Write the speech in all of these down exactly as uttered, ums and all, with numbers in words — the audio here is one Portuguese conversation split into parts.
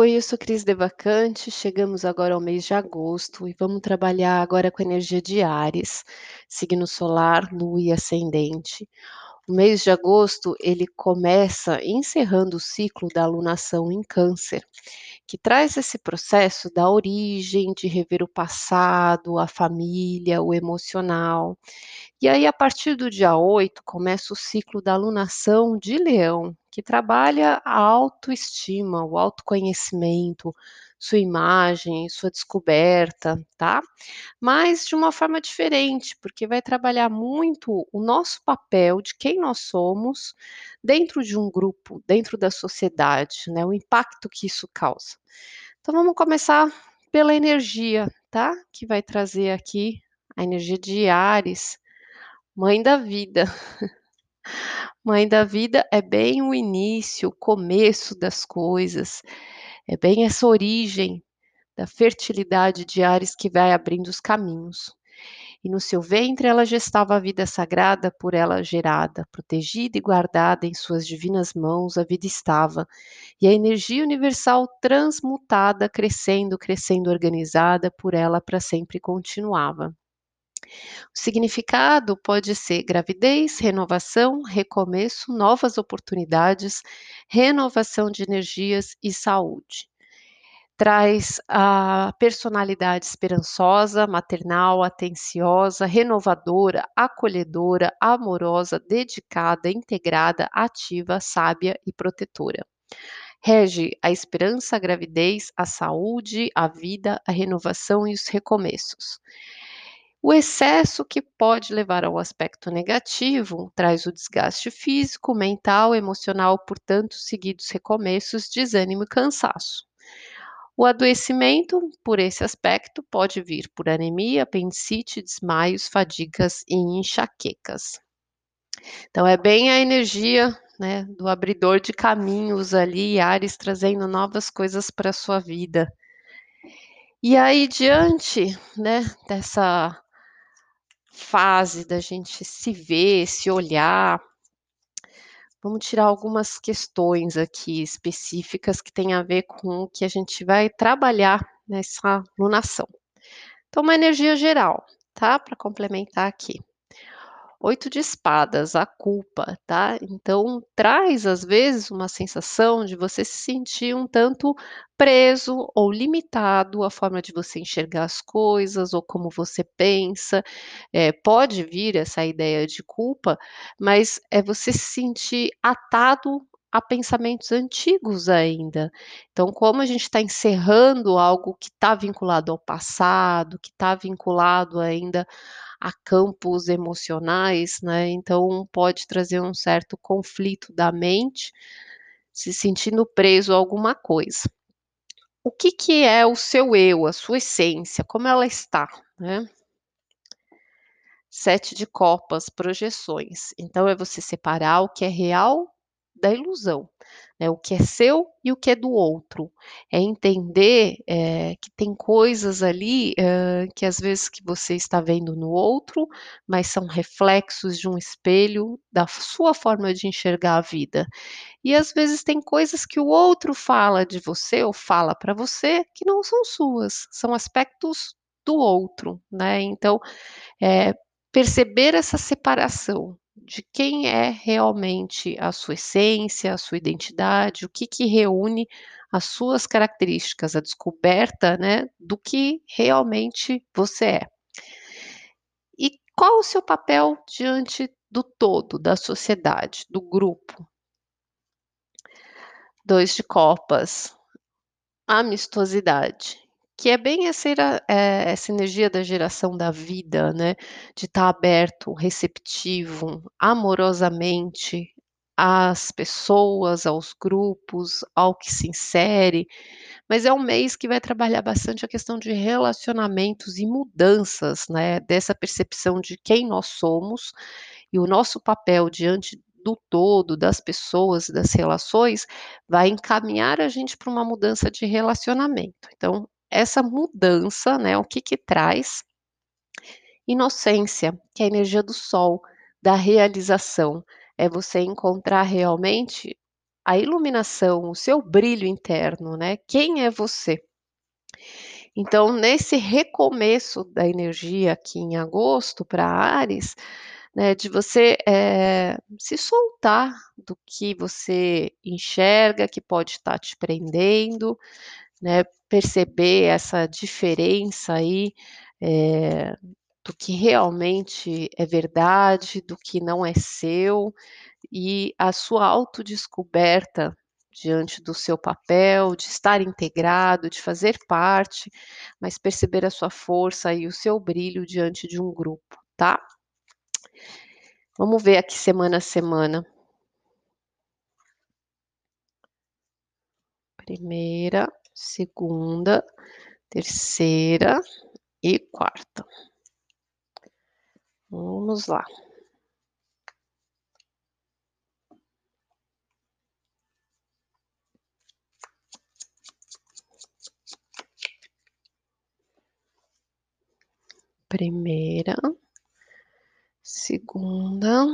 Oi, eu sou Cris Devacante, chegamos agora ao mês de agosto e vamos trabalhar agora com a energia de Áries, signo solar, lua e ascendente. O mês de agosto, ele começa encerrando o ciclo da alunação em Câncer, que traz esse processo da origem, de rever o passado, a família, o emocional. E aí, a partir do dia oito, começa o ciclo da alunação de Leão, que trabalha a autoestima, o autoconhecimento, sua imagem, sua descoberta, tá? Mas de uma forma diferente, porque vai trabalhar muito o nosso papel de quem nós somos dentro de um grupo, dentro da sociedade, né? O impacto que isso causa. Então vamos começar pela energia, tá? Que vai trazer aqui a energia de Áries, mãe da vida. Mãe da vida é bem o início, o começo das coisas, é bem essa origem da fertilidade de Áries que vai abrindo os caminhos. E no seu ventre ela gestava a vida sagrada por ela gerada, protegida e guardada em suas divinas mãos, a vida estava. E a energia universal transmutada, crescendo, crescendo, organizada por ela para sempre continuava. O significado pode ser gravidez, renovação, recomeço, novas oportunidades, renovação de energias e saúde. Traz a personalidade esperançosa, maternal, atenciosa, renovadora, acolhedora, amorosa, dedicada, integrada, ativa, sábia e protetora. Rege a esperança, a gravidez, a saúde, a vida, a renovação e os recomeços. O excesso que pode levar ao aspecto negativo traz o desgaste físico, mental, emocional por tantos seguidos recomeços, desânimo e cansaço. O adoecimento, por esse aspecto, pode vir por anemia, apendicite, desmaios, fadigas e enxaquecas. Então, é bem a energia, né, do abridor de caminhos ali, Áries trazendo novas coisas para a sua vida. E aí, diante, né, dessa fase da gente se ver, se olhar, vamos tirar algumas questões aqui específicas que têm a ver com o que a gente vai trabalhar nessa lunação. Então, uma energia geral, tá? Para complementar aqui. Oito de espadas, a culpa, tá? Então, traz às vezes uma sensação de você se sentir um tanto preso ou limitado à forma de você enxergar as coisas ou como você pensa. Eh, pode vir essa ideia de culpa, mas é você se sentir atado a pensamentos antigos ainda. Então, como a gente está encerrando algo que está vinculado ao passado, que está vinculado ainda a campos emocionais, né, então pode trazer um certo conflito da mente, se sentindo preso a alguma coisa. O que que é o seu eu, a sua essência, como ela está, né? Sete de copas, projeções. Então é você separar o que é real da ilusão, né, o que é seu e o que é do outro. É entender, eh, que tem coisas ali, hã, que às vezes que você está vendo no outro, mas são reflexos de um espelho da sua forma de enxergar a vida. E às vezes tem coisas que o outro fala de você ou fala para você que não são suas, são aspectos do outro, né. Então, eh, perceber essa separação de quem é realmente a sua essência, a sua identidade, o que que reúne as suas características, a descoberta, né, do que realmente você é. E qual o seu papel diante do todo, da sociedade, do grupo? Dois de copas, amistosidade, que é bem essa era eh, essa energia da geração da vida, né, de estar aberto, receptivo, amorosamente às pessoas, aos grupos, ao que se insere, mas é um mês que vai trabalhar bastante a questão de relacionamentos e mudanças, né, dessa percepção de quem nós somos e o nosso papel diante do todo, das pessoas, das relações, vai encaminhar a gente para uma mudança de relacionamento. Então, essa mudança, né, o que que traz? Inocência, que é a energia do sol, da realização. É você encontrar realmente a iluminação, o seu brilho interno, né, quem é você? Então, nesse recomeço da energia aqui em agosto para Áries, né, de você, eh, se soltar do que você enxerga que pode estar te prendendo, né, perceber essa diferença aí, eh, do que realmente é verdade, do que não é seu, e a sua autodescoberta diante do seu papel, de estar integrado, de fazer parte, mas perceber a sua força e o seu brilho diante de um grupo, tá? Vamos ver aqui semana a semana. Primeira, segunda, terceira e quarta. Vamos lá. Primeira, segunda,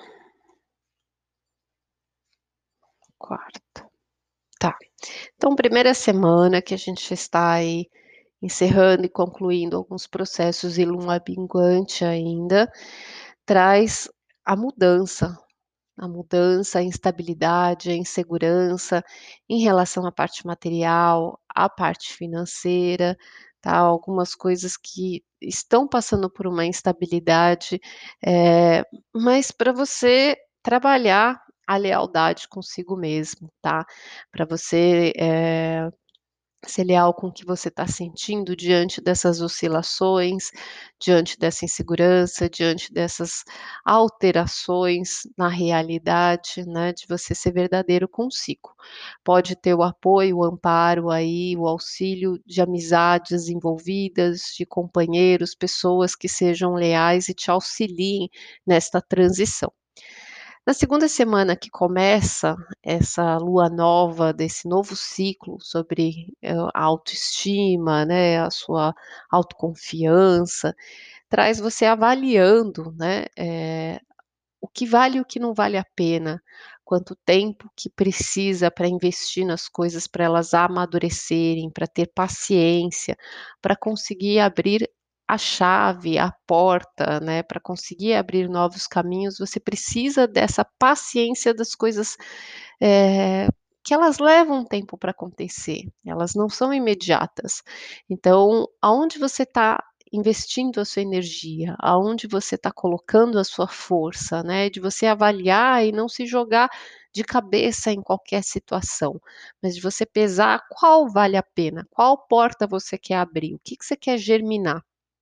quarta. Tá. Então, primeira semana que a gente está aí encerrando e concluindo alguns processos e lua minguante ainda, traz a mudança, a mudança, a instabilidade, a insegurança em relação à parte material, à parte financeira, tá, algumas coisas que estão passando por uma instabilidade, eh, mas para você trabalhar a lealdade consigo mesmo, tá, para você, eh, ser leal com o que você está sentindo diante dessas oscilações, diante dessa insegurança, diante dessas alterações na realidade, né, de você ser verdadeiro consigo. Pode ter o apoio, o amparo aí, o auxílio de amizades envolvidas, de companheiros, pessoas que sejam leais e te auxiliem nesta transição. Na segunda semana que começa essa lua nova, desse novo ciclo sobre, hã, a autoestima, né, a sua autoconfiança, traz você avaliando, né, eh, o que vale e o que não vale a pena, quanto tempo que precisa para investir nas coisas para elas amadurecerem, para ter paciência, para conseguir abrir a chave, a porta, né, para conseguir abrir novos caminhos, você precisa dessa paciência das coisas, eh, que elas levam tempo para acontecer, elas não são imediatas. Então, aonde você está investindo a sua energia, aonde você está colocando a sua força, né, de você avaliar e não se jogar de cabeça em qualquer situação, mas de você pesar qual vale a pena, qual porta você quer abrir, o que que você quer germinar.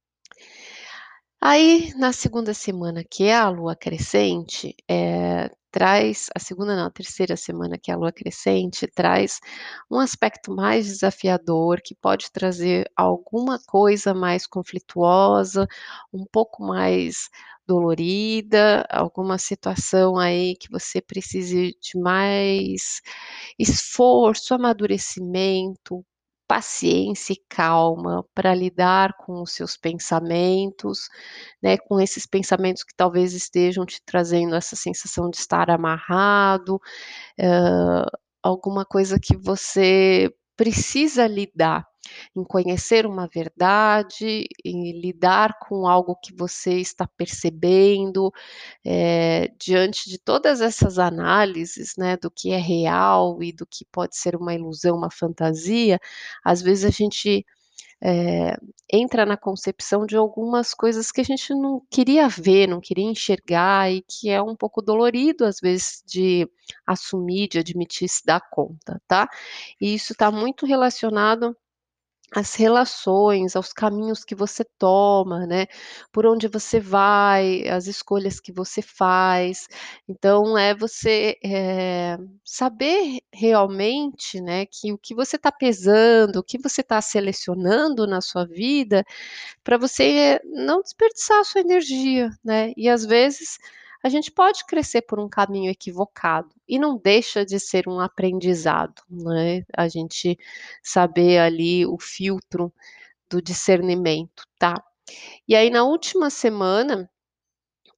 Aí, na segunda semana, que é a lua crescente, eh, traz a segunda não, a terceira semana, que é a lua crescente, traz um aspecto mais desafiador, que pode trazer alguma coisa mais conflituosa, um pouco mais dolorida, alguma situação aí que você precise de mais esforço, amadurecimento, paciência e calma para lidar com os seus pensamentos, né, com esses pensamentos que talvez estejam te trazendo essa sensação de estar amarrado, hã, alguma coisa que você precisa lidar, em conhecer uma verdade, em lidar com algo que você está percebendo, eh, diante de todas essas análises, né, do que é real e do que pode ser uma ilusão, uma fantasia, às vezes a gente, eh, entra na concepção de algumas coisas que a gente não queria ver, não queria enxergar e que é um pouco dolorido, às vezes, de assumir, de admitir, se dar conta, tá. E isso está muito relacionado às relações, aos caminhos que você toma, né, por onde você vai, as escolhas que você faz. Então é você, eh, saber realmente, né, que o que você está pesando, o que você está selecionando na sua vida, para você não desperdiçar a sua energia, né. E às vezes a gente pode crescer por um caminho equivocado e não deixa de ser um aprendizado, né, a gente saber ali o filtro do discernimento, tá. E aí na última semana,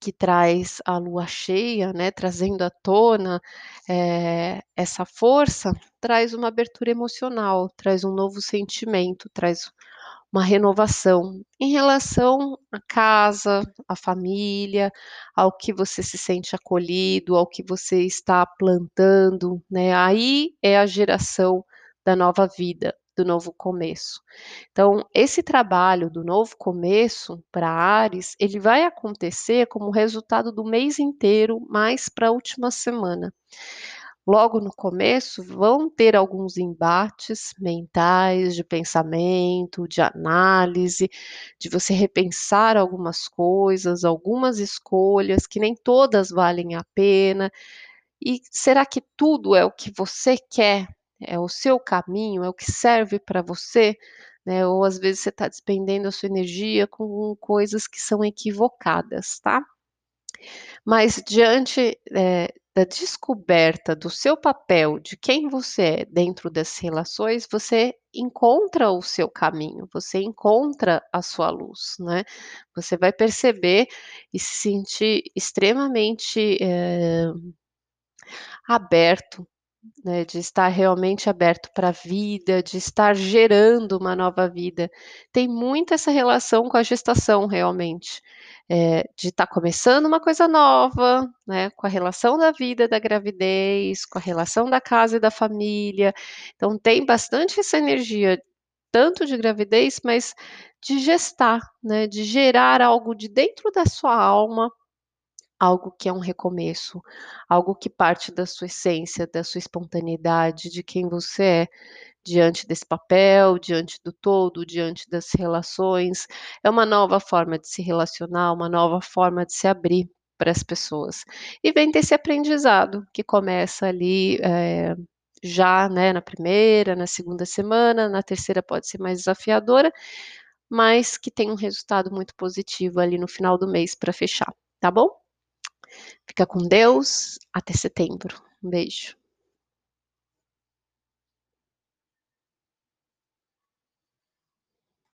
que traz a lua cheia, né, trazendo à tona, eh, essa força, traz uma abertura emocional, traz um novo sentimento, traz uma renovação em relação à casa, à família, ao que você se sente acolhido, ao que você está plantando, né, aí é a geração da nova vida, do novo começo. Então, esse trabalho do novo começo para Áries, ele vai acontecer como resultado do mês inteiro, mais para a última semana. Logo no começo, vão ter alguns embates mentais, de pensamento, de análise, de você repensar algumas coisas, algumas escolhas, que nem todas valem a pena. E será que tudo é o que você quer? É o seu caminho? É o que serve para você? Né? Ou às vezes você está despendendo a sua energia com coisas que são equivocadas, tá? Mas diante, eh, da descoberta do seu papel, de quem você é dentro das relações, você encontra o seu caminho, você encontra a sua luz, né. Você vai perceber e se sentir extremamente, eh, aberto, né, de estar realmente aberto para a vida, de estar gerando uma nova vida. Tem muito essa relação com a gestação realmente, eh, de estar começando uma coisa nova, né, com a relação da vida da gravidez, com a relação da casa e da família. Então tem bastante essa energia, tanto de gravidez, mas de gestar, né, de gerar algo de dentro da sua alma, algo que é um recomeço, algo que parte da sua essência, da sua espontaneidade, de quem você é, diante desse papel, diante do todo, diante das relações. É uma nova forma de se relacionar, uma nova forma de se abrir para as pessoas. E vem desse aprendizado que começa ali, eh, já, né, na primeira, na segunda semana, na terceira pode ser mais desafiadora, mas que tem um resultado muito positivo ali no final do mês para fechar, tá bom? Fica com Deus, até setembro. Um beijo.